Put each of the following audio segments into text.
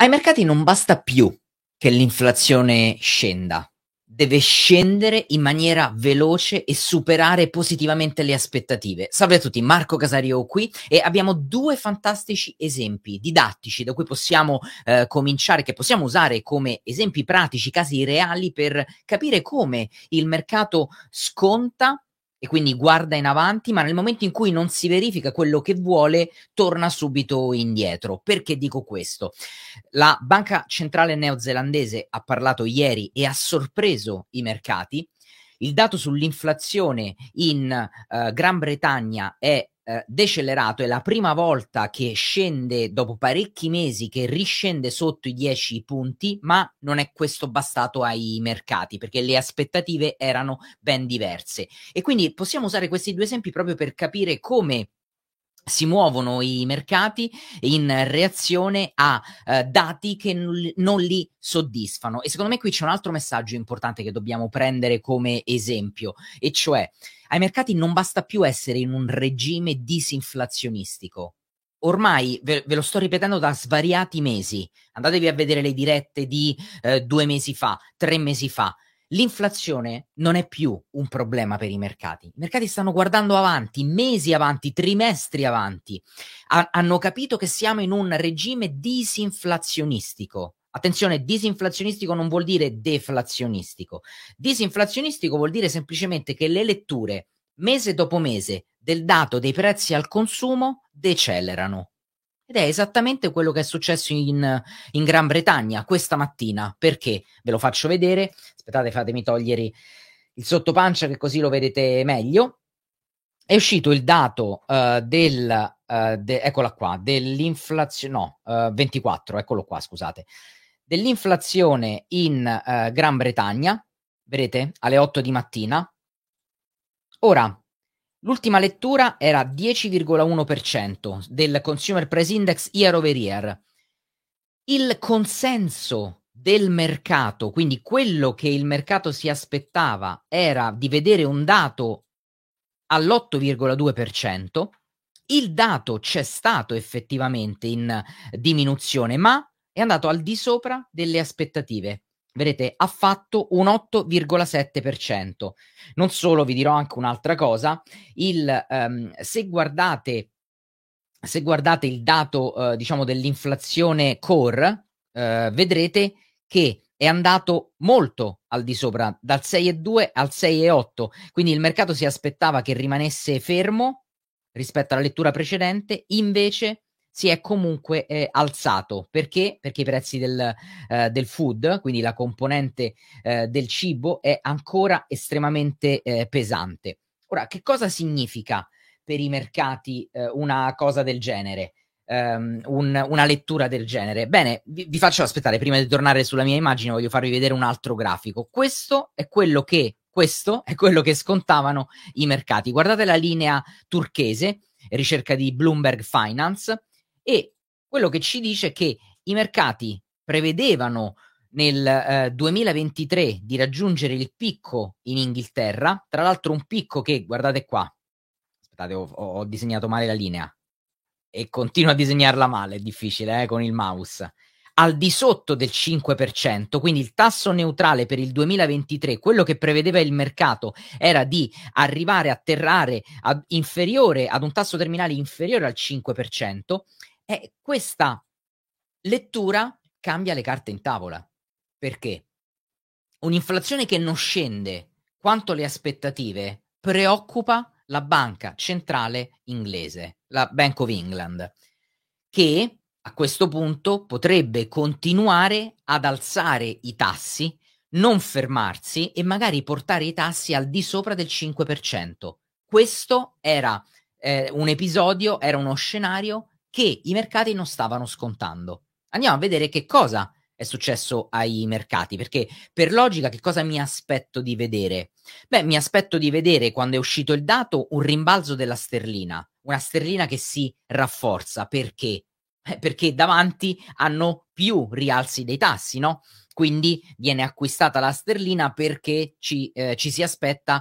Ai mercati non basta più che l'inflazione scenda, deve scendere in maniera veloce e superare positivamente le aspettative. Salve a tutti, Marco Casario qui e abbiamo due fantastici esempi didattici da cui possiamo cominciare, che possiamo usare come esempi pratici, casi reali per capire come il mercato sconta e quindi guarda in avanti, ma nel momento in cui non si verifica quello che vuole, torna subito indietro. Perché dico questo? La banca centrale neozelandese ha parlato ieri e ha sorpreso i mercati. Il dato sull'inflazione in Gran Bretagna è decelerato, è la prima volta che scende dopo parecchi mesi, che riscende sotto i 10 punti, ma non è questo bastato ai mercati perché le aspettative erano ben diverse. E quindi possiamo usare questi due esempi proprio per capire come si muovono i mercati in reazione a dati che non li soddisfano. E secondo me qui c'è un altro messaggio importante che dobbiamo prendere come esempio, e cioè ai mercati non basta più essere in un regime disinflazionistico. Ormai ve lo sto ripetendo da svariati mesi. Andatevi a vedere le dirette di 2 mesi fa, 3 mesi fa. L'inflazione non è più un problema per i mercati. I mercati stanno guardando avanti, mesi avanti, trimestri avanti. Hanno capito che siamo in un regime disinflazionistico. Attenzione, disinflazionistico non vuol dire deflazionistico. Disinflazionistico vuol dire semplicemente che le letture, mese dopo mese, del dato dei prezzi al consumo decelerano. Ed è esattamente quello che è successo in Gran Bretagna questa mattina. Perché? Ve lo faccio vedere. Aspettate, fatemi togliere il sottopancia che così lo vedete meglio. È uscito il dato eccola qua, dell'inflazione, no, 24, eccolo qua, scusate, dell'inflazione in Gran Bretagna, vedete, alle 8 di mattina. Ora, l'ultima lettura era 10,1% del Consumer Price Index year over year. Il consenso del mercato, quindi quello che il mercato si aspettava, era di vedere un dato all'8,2%. Il dato c'è stato effettivamente in diminuzione, ma è andato al di sopra delle aspettative. Vedete, ha fatto un 8,7%. Non solo, vi dirò anche un'altra cosa, se guardate il dato, diciamo, dell'inflazione core, vedrete che è andato molto al di sopra, dal 6,2 al 6,8, quindi il mercato si aspettava che rimanesse fermo rispetto alla lettura precedente, invece si è comunque alzato. Perché? Perché i prezzi del food, quindi la componente del cibo, è ancora estremamente pesante. Ora, che cosa significa per i mercati una cosa del genere? Una lettura del genere. Bene, vi faccio aspettare, prima di tornare sulla mia immagine voglio farvi vedere un altro grafico. Questo è quello che scontavano i mercati. Guardate la linea turchese, ricerca di Bloomberg Finance, e quello che ci dice che i mercati prevedevano nel 2023 di raggiungere il picco in Inghilterra, tra l'altro un picco che, guardate qua, aspettate, ho disegnato male la linea e continuo a disegnarla male, è difficile con il mouse, al di sotto del 5%, quindi il tasso neutrale per il 2023, quello che prevedeva il mercato era di arrivare a atterrare ad un tasso terminale inferiore al 5%, e questa lettura cambia le carte in tavola. Perché? Un'inflazione che non scende quanto le aspettative preoccupa la banca centrale inglese, la Bank of England, che a questo punto potrebbe continuare ad alzare i tassi, non fermarsi e magari portare i tassi al di sopra del 5%. Questo era un episodio, era uno scenario che i mercati non stavano scontando. Andiamo a vedere che cosa è successo ai mercati, perché per logica che cosa mi aspetto di vedere? Beh, mi aspetto di vedere, quando è uscito il dato, un rimbalzo della sterlina, una sterlina che si rafforza. Perché? Perché davanti hanno più rialzi dei tassi, no? Quindi viene acquistata la sterlina perché ci si aspetta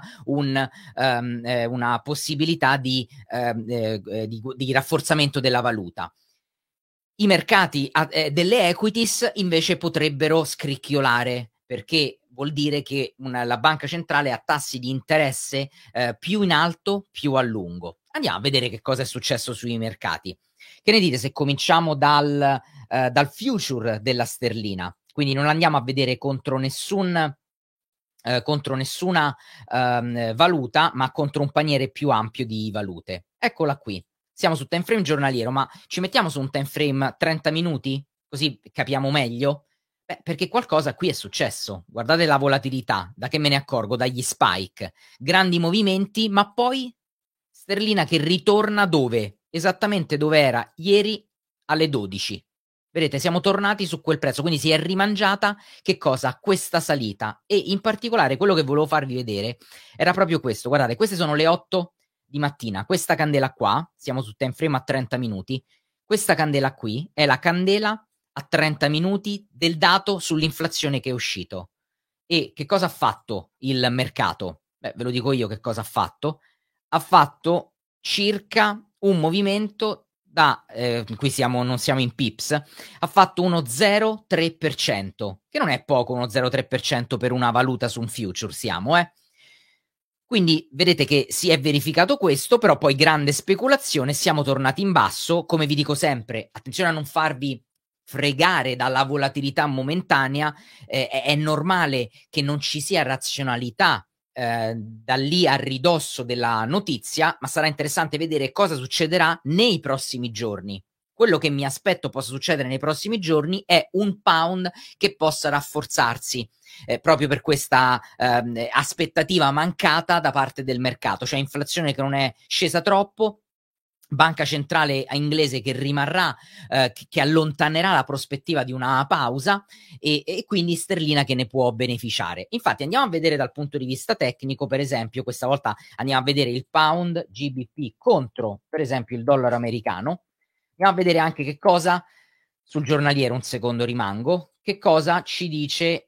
una possibilità di rafforzamento della valuta. I mercati delle equities invece potrebbero scricchiolare, perché vuol dire che la banca centrale ha tassi di interesse più in alto, più a lungo. Andiamo a vedere che cosa è successo sui mercati. Che ne dite se cominciamo dal future della sterlina? Quindi non andiamo a vedere contro nessuna valuta, ma contro un paniere più ampio di valute. Eccola qui. Siamo su time frame giornaliero, ma ci mettiamo su un time frame 30 minuti? Così capiamo meglio? Beh, perché qualcosa qui è successo. Guardate la volatilità, da che me ne accorgo? Dagli spike, grandi movimenti, ma poi sterlina che ritorna dove? Esattamente dove era ieri alle 12. Vedete, siamo tornati su quel prezzo, quindi si è rimangiata che cosa? Questa salita. E in particolare quello che volevo farvi vedere era proprio questo. Guardate, queste sono le 8 di mattina. Questa candela qua, siamo su time frame a 30 minuti. Questa candela qui è la candela a 30 minuti del dato sull'inflazione che è uscito. E che cosa ha fatto il mercato? Beh, ve lo dico io che cosa ha fatto. Ha fatto circa un movimento qui non siamo in pips, ha fatto uno 0,3%, che non è poco, uno 0,3% per una valuta su un future siamo, eh. Quindi vedete che si è verificato questo, però poi grande speculazione, siamo tornati in basso. Come vi dico sempre, attenzione a non farvi fregare dalla volatilità momentanea, è normale che non ci sia razionalità da lì a ridosso della notizia, ma sarà interessante vedere cosa succederà nei prossimi giorni. Quello che mi aspetto possa succedere nei prossimi giorni è un pound che possa rafforzarsi proprio per questa aspettativa mancata da parte del mercato, cioè inflazione che non è scesa troppo, banca centrale inglese che rimarrà, che allontanerà la prospettiva di una pausa e quindi sterlina che ne può beneficiare. Infatti andiamo a vedere dal punto di vista tecnico, per esempio, questa volta andiamo a vedere il pound GBP contro, per esempio, il dollaro americano. Andiamo a vedere anche che cosa sul giornaliero, un secondo rimango, che cosa ci dice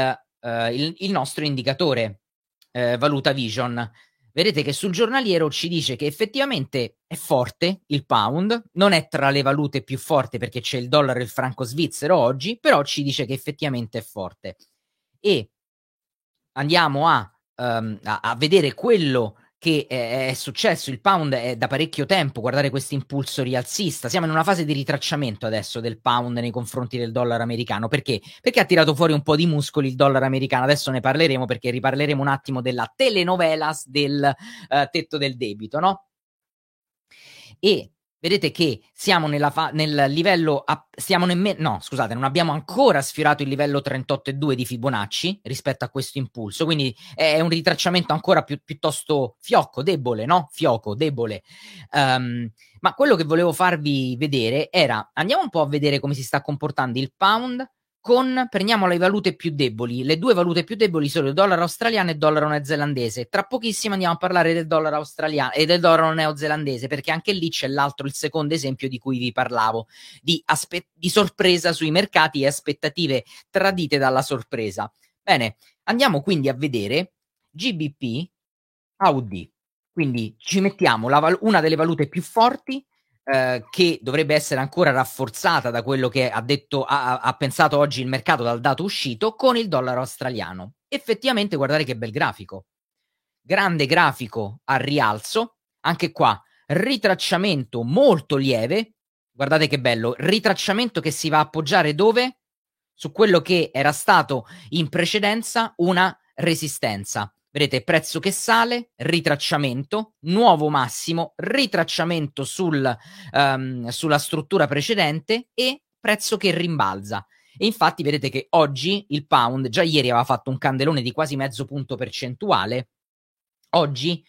il nostro indicatore Valuta Vision. Vedete che sul giornaliero ci dice che effettivamente è forte il pound, non è tra le valute più forti perché c'è il dollaro e il franco svizzero oggi, però ci dice che effettivamente è forte. E andiamo a vedere quello che è successo. Il pound è da parecchio tempo, guardate questo impulso rialzista. Siamo in una fase di ritracciamento adesso del pound nei confronti del dollaro americano. Perché? Perché ha tirato fuori un po' di muscoli il dollaro americano. Adesso ne parleremo, perché riparleremo un attimo della telenovelas del tetto del debito, no? E vedete che siamo nel livello, no, scusate, non abbiamo ancora sfiorato il livello 38,2 di Fibonacci rispetto a questo impulso, quindi è un ritracciamento ancora piuttosto fiocco, debole, no? Fioco, debole. Ma quello che volevo farvi vedere era, andiamo un po' a vedere come si sta comportando il pound prendiamo le valute più deboli. Le due valute più deboli sono il dollaro australiano e il dollaro neozelandese. Tra pochissimo andiamo a parlare del dollaro australiano e del dollaro neozelandese, perché anche lì c'è il secondo esempio di cui vi parlavo, di sorpresa sui mercati e aspettative tradite dalla sorpresa. Bene, andiamo quindi a vedere GBP AUD. Quindi ci mettiamo una delle valute più forti, che dovrebbe essere ancora rafforzata da quello che ha pensato oggi il mercato dal dato uscito, con il dollaro australiano. Effettivamente guardate che bel grafico. Grande grafico a rialzo, anche qua ritracciamento molto lieve, guardate che bello, ritracciamento che si va a appoggiare dove? Su quello che era stato in precedenza una resistenza. Vedete, prezzo che sale, ritracciamento, nuovo massimo, ritracciamento sulla struttura precedente e prezzo che rimbalza. E infatti vedete che oggi il pound, già ieri aveva fatto un candelone di quasi mezzo punto percentuale, oggi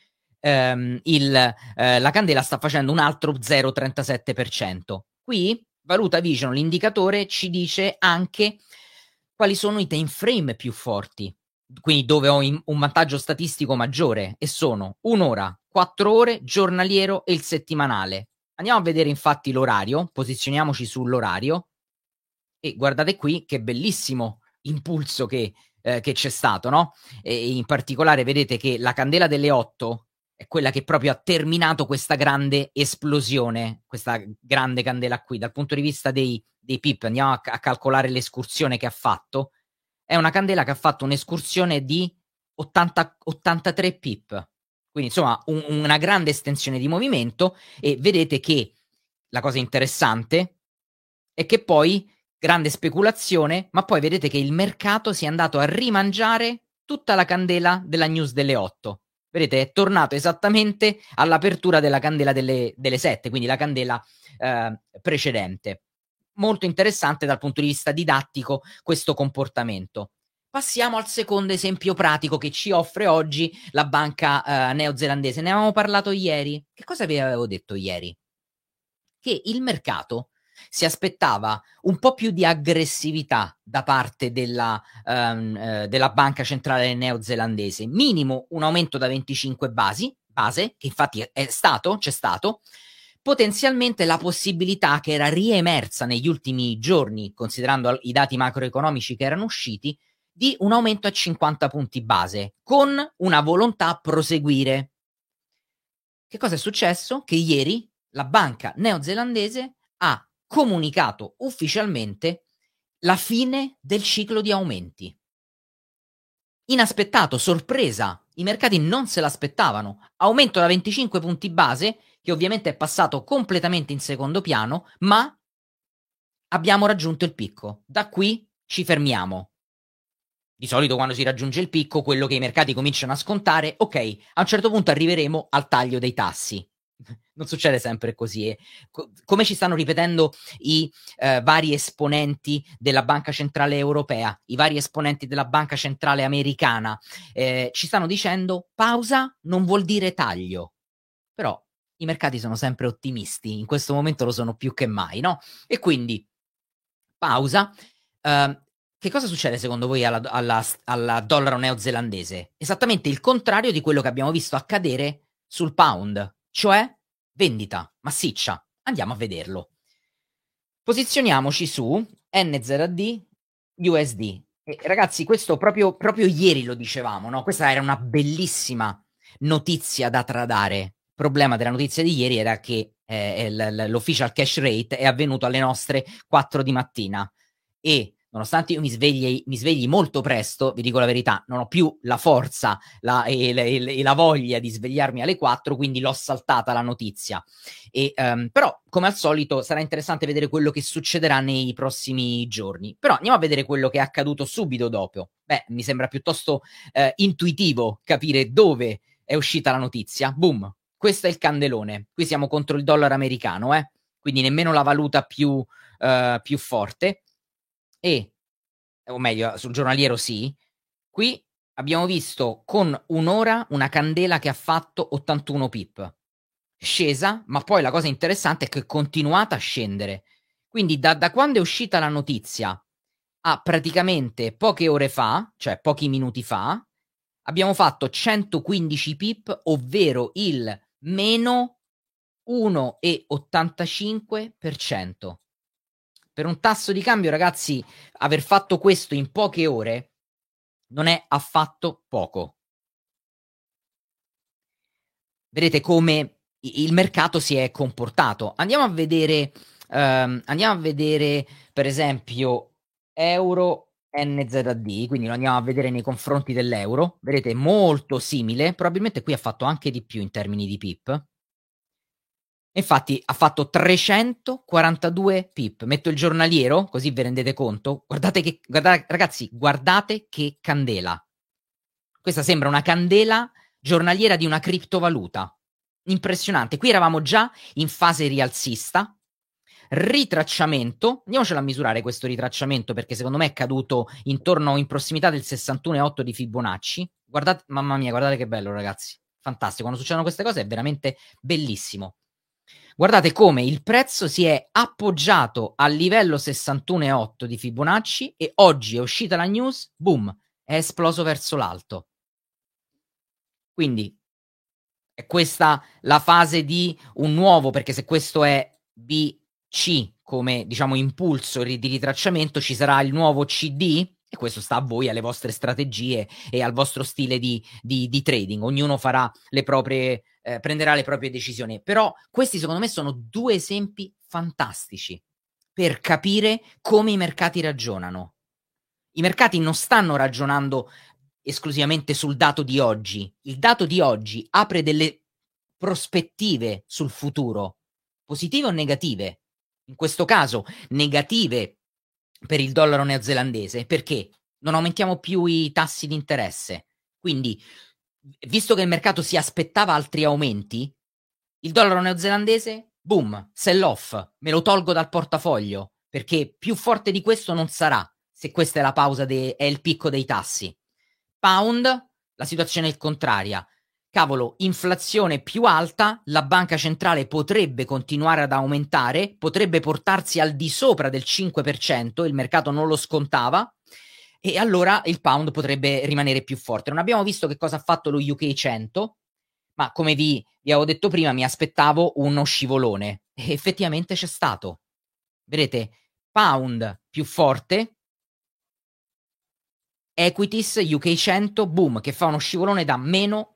la candela sta facendo un altro 0,37%. Qui Valuta Vision, l'indicatore, ci dice anche quali sono i time frame più forti, quindi dove ho un vantaggio statistico maggiore, e sono un'ora, 4 ore, giornaliero e il settimanale. Andiamo a vedere infatti l'orario, posizioniamoci sull'orario e guardate qui che bellissimo impulso che c'è stato, no? E in particolare vedete che la candela delle 8 è quella che proprio ha terminato questa grande esplosione, questa grande candela qui. Dal punto di vista dei pip, andiamo a calcolare l'escursione che ha fatto. È una candela che ha fatto un'escursione di 83 pip. Quindi insomma una grande estensione di movimento, e vedete che la cosa interessante è che poi grande speculazione, ma poi vedete che il mercato si è andato a rimangiare tutta la candela della news delle 8. Vedete, è tornato esattamente all'apertura della candela delle 7, quindi la candela precedente. Molto interessante dal punto di vista didattico questo comportamento. Passiamo al secondo esempio pratico che ci offre oggi la banca neozelandese. Ne avevamo parlato ieri. Che cosa vi avevo detto ieri? Che il mercato si aspettava un po' più di aggressività da parte della banca centrale neozelandese, minimo un aumento da 25 base, che infatti c'è stato, potenzialmente la possibilità che era riemersa negli ultimi giorni, considerando i dati macroeconomici che erano usciti, di un aumento a 50 punti base, con una volontà a proseguire. Che cosa è successo? Che ieri la banca neozelandese ha comunicato ufficialmente la fine del ciclo di aumenti. Inaspettato, sorpresa, i mercati non se l'aspettavano. Aumento da 25 punti base, che ovviamente è passato completamente in secondo piano, ma abbiamo raggiunto il picco. Da qui ci fermiamo. Di solito quando si raggiunge il picco, quello che i mercati cominciano a scontare, ok, a un certo punto arriveremo al taglio dei tassi. Non succede sempre così. Come ci stanno ripetendo i vari esponenti della Banca Centrale Europea, i vari esponenti della Banca Centrale Americana, ci stanno dicendo pausa non vuol dire taglio. Però i mercati sono sempre ottimisti, in questo momento lo sono più che mai, no? E quindi pausa. Che cosa succede secondo voi alla dollaro neozelandese? Esattamente il contrario di quello che abbiamo visto accadere sul pound, cioè vendita massiccia. Andiamo a vederlo. Posizioniamoci su NZD USD. E ragazzi, questo proprio ieri lo dicevamo, no? Questa era una bellissima notizia da tradare. Il problema della notizia di ieri era che l'official cash rate è avvenuto alle nostre 4 di mattina, e nonostante io mi svegli molto presto, vi dico la verità, non ho più la forza e la voglia di svegliarmi alle 4, quindi l'ho saltata la notizia. Però, come al solito, sarà interessante vedere quello che succederà nei prossimi giorni. Però andiamo a vedere quello che è accaduto subito dopo. Beh, mi sembra piuttosto intuitivo capire dove è uscita la notizia. Boom, questo è il candelone. Qui siamo contro il dollaro americano, quindi nemmeno la valuta più forte. O meglio, sul giornaliero sì. Qui abbiamo visto con un'ora una candela che ha fatto 81 pip. Scesa, ma poi la cosa interessante è che è continuata a scendere. Quindi da quando è uscita la notizia a praticamente poche ore fa, cioè pochi minuti fa, abbiamo fatto 115 pip, ovvero il meno 1,85%. Per un tasso di cambio, ragazzi, aver fatto questo in poche ore non è affatto poco. Vedete come il mercato si è comportato. Andiamo a vedere per esempio euro NZD, quindi lo andiamo a vedere nei confronti dell'euro. Vedete, molto simile, probabilmente qui ha fatto anche di più in termini di pip. Infatti ha fatto 342 pip. Metto il giornaliero, così vi rendete conto. Ragazzi, guardate che candela. Questa sembra una candela giornaliera di una criptovaluta. Impressionante. Qui eravamo già in fase rialzista. Ritracciamento. Andiamocelo a misurare questo ritracciamento, perché secondo me è caduto intorno in prossimità del 61,8 di Fibonacci. Guardate, mamma mia, guardate che bello, ragazzi. Fantastico. Quando succedono queste cose è veramente bellissimo. Guardate come il prezzo si è appoggiato al livello 61,8 di Fibonacci e oggi è uscita la news, boom, è esploso verso l'alto. Quindi è questa la fase di un nuovo, perché se questo è BC come diciamo impulso di ritracciamento, ci sarà il nuovo CD, e questo sta a voi, alle vostre strategie e al vostro stile di trading. Ognuno farà le proprie prenderà le proprie decisioni. Però questi secondo me sono due esempi fantastici per capire come i mercati ragionano. I mercati non stanno ragionando esclusivamente sul dato di oggi. Il dato di oggi apre delle prospettive sul futuro, positive o negative. In questo caso negative per il dollaro neozelandese, perché non aumentiamo più i tassi di interesse. Quindi, visto che il mercato si aspettava altri aumenti, il dollaro neozelandese, boom, sell off, me lo tolgo dal portafoglio, perché più forte di questo non sarà, se questa è la pausa, è il picco dei tassi. Pound, la situazione è contraria. Cavolo, inflazione più alta, la banca centrale potrebbe continuare ad aumentare, potrebbe portarsi al di sopra del 5%, il mercato non lo scontava, e allora il pound potrebbe rimanere più forte. Non abbiamo visto che cosa ha fatto lo UK 100, ma come vi avevo detto prima, mi aspettavo uno scivolone, e effettivamente c'è stato. Vedete, pound più forte, equities UK 100, boom, che fa uno scivolone da meno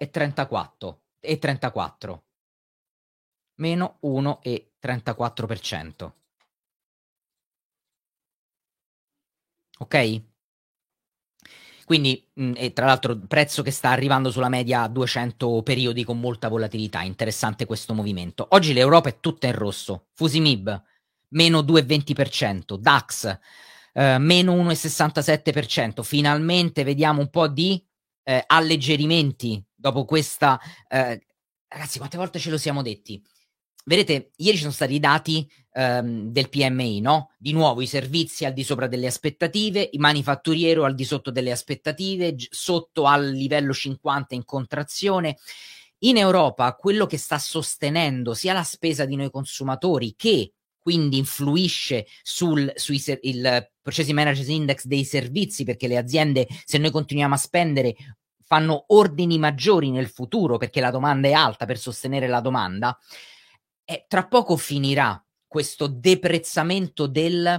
1,34. Meno 1,34%. Ok? Quindi, e tra l'altro, prezzo che sta arrivando sulla media a 200 periodi con molta volatilità. Interessante questo movimento. Oggi l'Europa è tutta in rosso. Fusimib, meno 2,20%. DAX, meno 1,67%. Finalmente vediamo un po' di alleggerimenti dopo questa... ragazzi, quante volte ce lo siamo detti? Vedete, ieri ci sono stati i dati del PMI, no? Di nuovo i servizi al di sopra delle aspettative, il manifatturiero al di sotto delle aspettative, sotto al livello 50 in contrazione. In Europa quello che sta sostenendo sia la spesa di noi consumatori, che quindi influisce sui il Purchasing Managers Index dei servizi, perché le aziende, se noi continuiamo a spendere, fanno ordini maggiori nel futuro perché la domanda è alta, per sostenere la domanda. Tra poco finirà questo deprezzamento della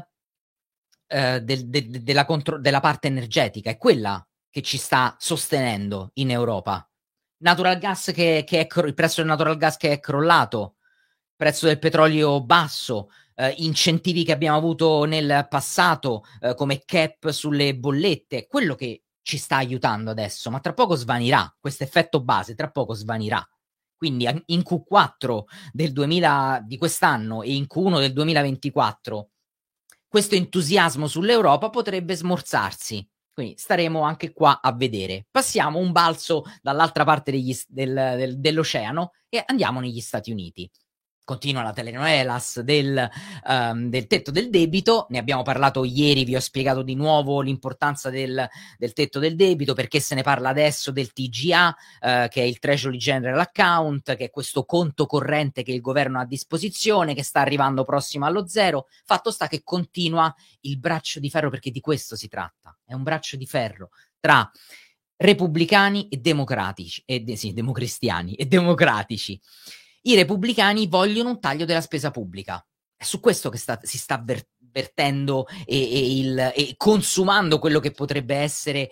parte energetica, è quella che ci sta sostenendo in Europa. Natural gas il prezzo del natural gas che è crollato, prezzo del petrolio basso, incentivi che abbiamo avuto nel passato, come cap sulle bollette, quello che ci sta aiutando adesso, ma tra poco svanirà, questo effetto base tra poco svanirà. Quindi in Q4 di quest'anno e in Q1 del 2024 questo entusiasmo sull'Europa potrebbe smorzarsi. Quindi staremo anche qua a vedere. Passiamo un balzo dall'altra parte dell'oceano e andiamo negli Stati Uniti. Continua la telenovelas del tetto del debito, ne abbiamo parlato ieri, vi ho spiegato di nuovo l'importanza del tetto del debito, perché se ne parla adesso del TGA, che è il Treasury General Account, che è questo conto corrente che il governo ha a disposizione, che sta arrivando prossimo allo zero. Fatto sta che continua il braccio di ferro, perché di questo si tratta, è un braccio di ferro tra repubblicani e democratici, democristiani e democratici. I repubblicani vogliono un taglio della spesa pubblica. È su questo che si sta vertendo e consumando quello che potrebbe essere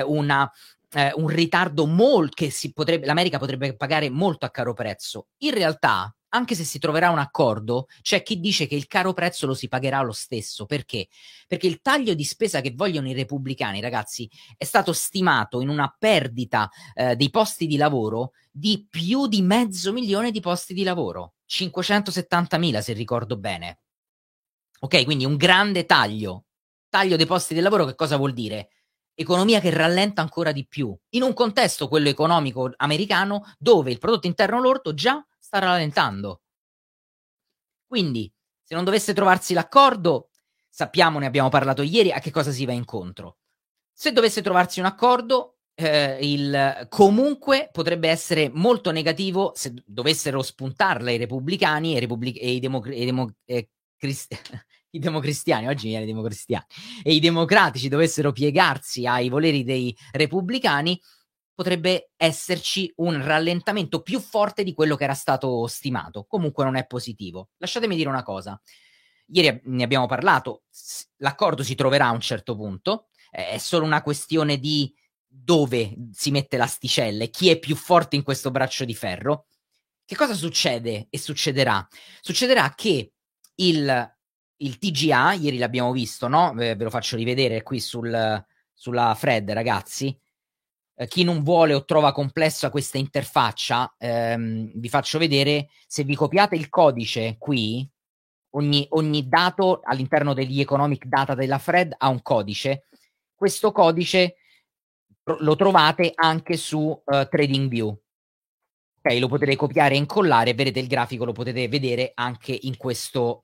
un ritardo che l'America potrebbe pagare molto a caro prezzo. In realtà, anche se si troverà un accordo, c'è chi dice che il caro prezzo lo si pagherà lo stesso. Perché? Perché il taglio di spesa che vogliono i repubblicani, ragazzi, è stato stimato in una perdita dei posti di lavoro di più di 500.000 di posti di lavoro, 570.000 se ricordo bene. Ok, quindi un grande taglio dei posti di lavoro. Che cosa vuol dire? Economia che rallenta ancora di più, in un contesto, quello economico americano, dove il prodotto interno lordo già sta rallentando. Quindi, se non dovesse trovarsi l'accordo, sappiamo, ne abbiamo parlato ieri, a che cosa si va incontro. Se dovesse trovarsi un accordo, comunque potrebbe essere molto negativo se dovessero spuntarla i repubblicani e i democristiani, oggi viene democristiani, e i democratici dovessero piegarsi ai voleri dei repubblicani, potrebbe esserci un rallentamento più forte di quello che era stato stimato. Comunque non è positivo. Lasciatemi dire una cosa. Ieri ne abbiamo parlato, l'accordo si troverà a un certo punto, è solo una questione di dove si mette l'asticella e chi è più forte in questo braccio di ferro. che cosa succede e succederà? Succederà che il TGA, ieri l'abbiamo visto, no? Ve lo faccio rivedere qui sulla Fred, ragazzi. Chi non vuole o trova complessa questa interfaccia, vi faccio vedere, se vi copiate il codice qui, ogni dato all'interno degli economic data della Fred ha un codice. Questo codice lo trovate anche su TradingView. Ok, lo potete copiare e incollare, vedete il grafico, lo potete vedere anche in questo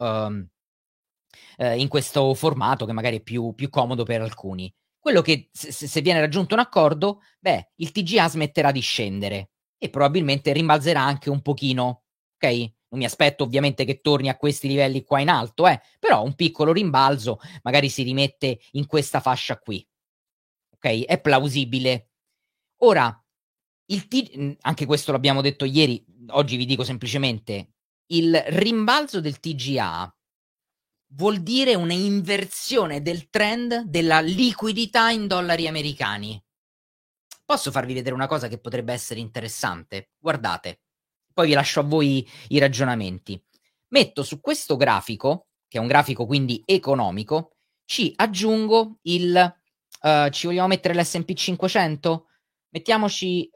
formato che magari è più comodo per alcuni. Quello che se viene raggiunto un accordo, beh, il TGA smetterà di scendere e probabilmente rimbalzerà anche un pochino, ok? Non mi aspetto ovviamente che torni a questi livelli qua in alto, però un piccolo rimbalzo magari si rimette in questa fascia qui, ok? È plausibile. Ora, anche questo l'abbiamo detto ieri, oggi vi dico semplicemente, il rimbalzo del TGA vuol dire una inversione del trend della liquidità in dollari americani. Posso farvi vedere una cosa che potrebbe essere interessante? Guardate, poi vi lascio a voi i ragionamenti. Metto su questo grafico, che è un grafico quindi economico, ci aggiungo ci vogliamo mettere l'S&P 500? Mettiamoci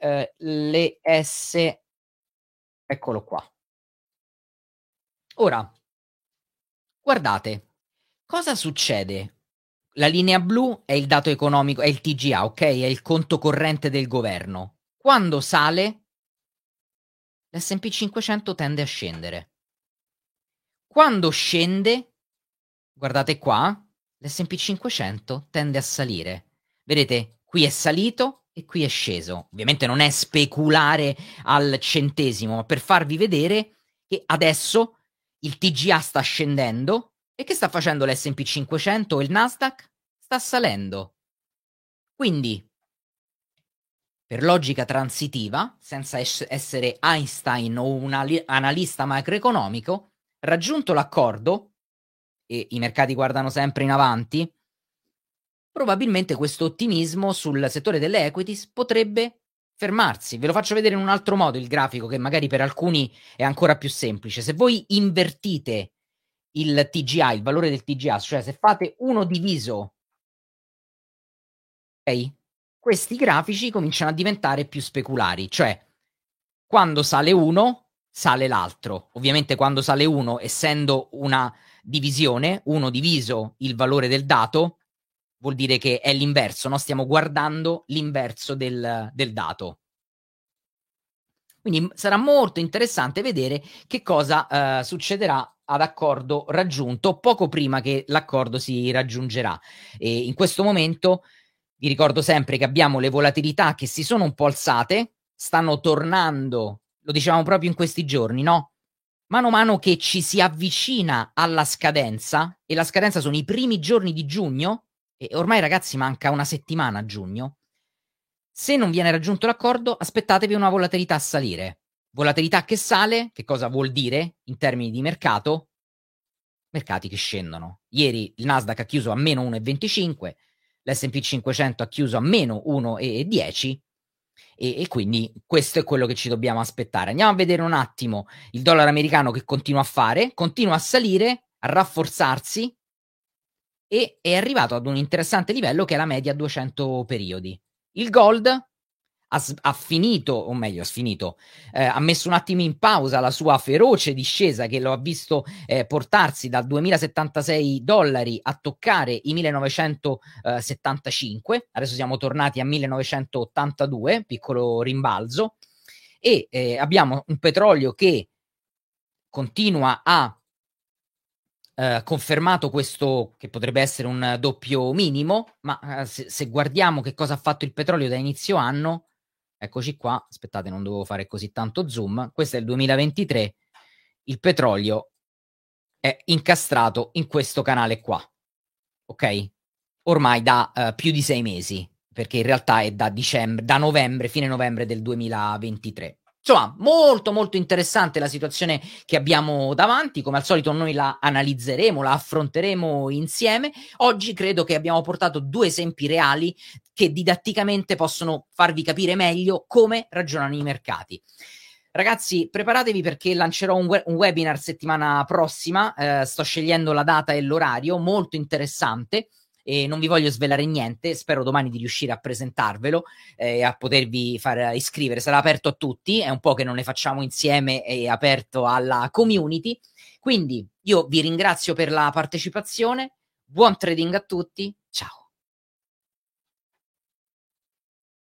eccolo qua. Ora, guardate, cosa succede? La linea blu è il dato economico, è il TGA, ok? È il conto corrente del governo. Quando sale, l'S&P 500 tende a scendere. Quando scende, guardate qua, l'S&P 500 tende a salire. Vedete, qui è salito e qui è sceso. Ovviamente non è speculare al centesimo, ma per farvi vedere che adesso il TGA sta scendendo e che sta facendo l'S&P 500 e il Nasdaq? Sta salendo. Quindi, per logica transitiva, senza essere Einstein o un analista macroeconomico, raggiunto l'accordo, e i mercati guardano sempre in avanti, probabilmente questo ottimismo sul settore delle equities potrebbe fermarsi. Ve lo faccio vedere in un altro modo il grafico, che magari per alcuni è ancora più semplice. Se voi invertite il TGA, il valore del TGA, cioè se fate 1 diviso, ok? Questi grafici cominciano a diventare più speculari, cioè quando sale uno, sale l'altro. Ovviamente quando sale uno, essendo una divisione, 1 diviso il valore del dato, vuol dire che è l'inverso, no? Stiamo guardando l'inverso del dato. Quindi sarà molto interessante vedere che cosa succederà ad accordo raggiunto poco prima che l'accordo si raggiungerà. E in questo momento vi ricordo sempre che abbiamo le volatilità che si sono un po' alzate, stanno tornando, lo dicevamo proprio in questi giorni, no? Mano a mano che ci si avvicina alla scadenza, e la scadenza sono i primi giorni di giugno, e ormai ragazzi manca una settimana a giugno, se non viene raggiunto l'accordo aspettatevi una volatilità a salire. Volatilità che sale, che cosa vuol dire in termini di mercato? Mercati che scendono. Ieri il Nasdaq ha chiuso a meno 1,25, l'S&P 500 ha chiuso a meno 1,10 e quindi questo è quello che ci dobbiamo aspettare. Andiamo a vedere un attimo il dollaro americano che continua a fare, continua a salire, a rafforzarsi e è arrivato ad un interessante livello che è la media a 200 periodi. Il gold ha finito, o meglio, ha messo un attimo in pausa la sua feroce discesa che lo ha visto portarsi dal 2076 dollari a toccare i 1975. Adesso siamo tornati a 1982, piccolo rimbalzo, e abbiamo un petrolio che continua a confermato questo che potrebbe essere un doppio minimo, ma se guardiamo che cosa ha fatto il petrolio da inizio anno, eccoci qua, aspettate, non dovevo fare così tanto zoom, questo è il 2023, il petrolio è incastrato in questo canale qua, ok? Ormai da più di 6 mesi, perché in realtà è da novembre, fine novembre del 2023. Insomma, molto molto interessante la situazione che abbiamo davanti, come al solito noi la analizzeremo, la affronteremo insieme. Oggi credo che abbiamo portato 2 esempi reali che didatticamente possono farvi capire meglio come ragionano i mercati. Ragazzi, preparatevi perché lancerò un webinar settimana prossima, sto scegliendo la data e l'orario, molto interessante, e non vi voglio svelare niente, spero domani di riuscire a presentarvelo e a potervi far iscrivere, sarà aperto a tutti, è un po' che non ne facciamo insieme, è aperto alla community, quindi io vi ringrazio per la partecipazione, buon trading a tutti, ciao!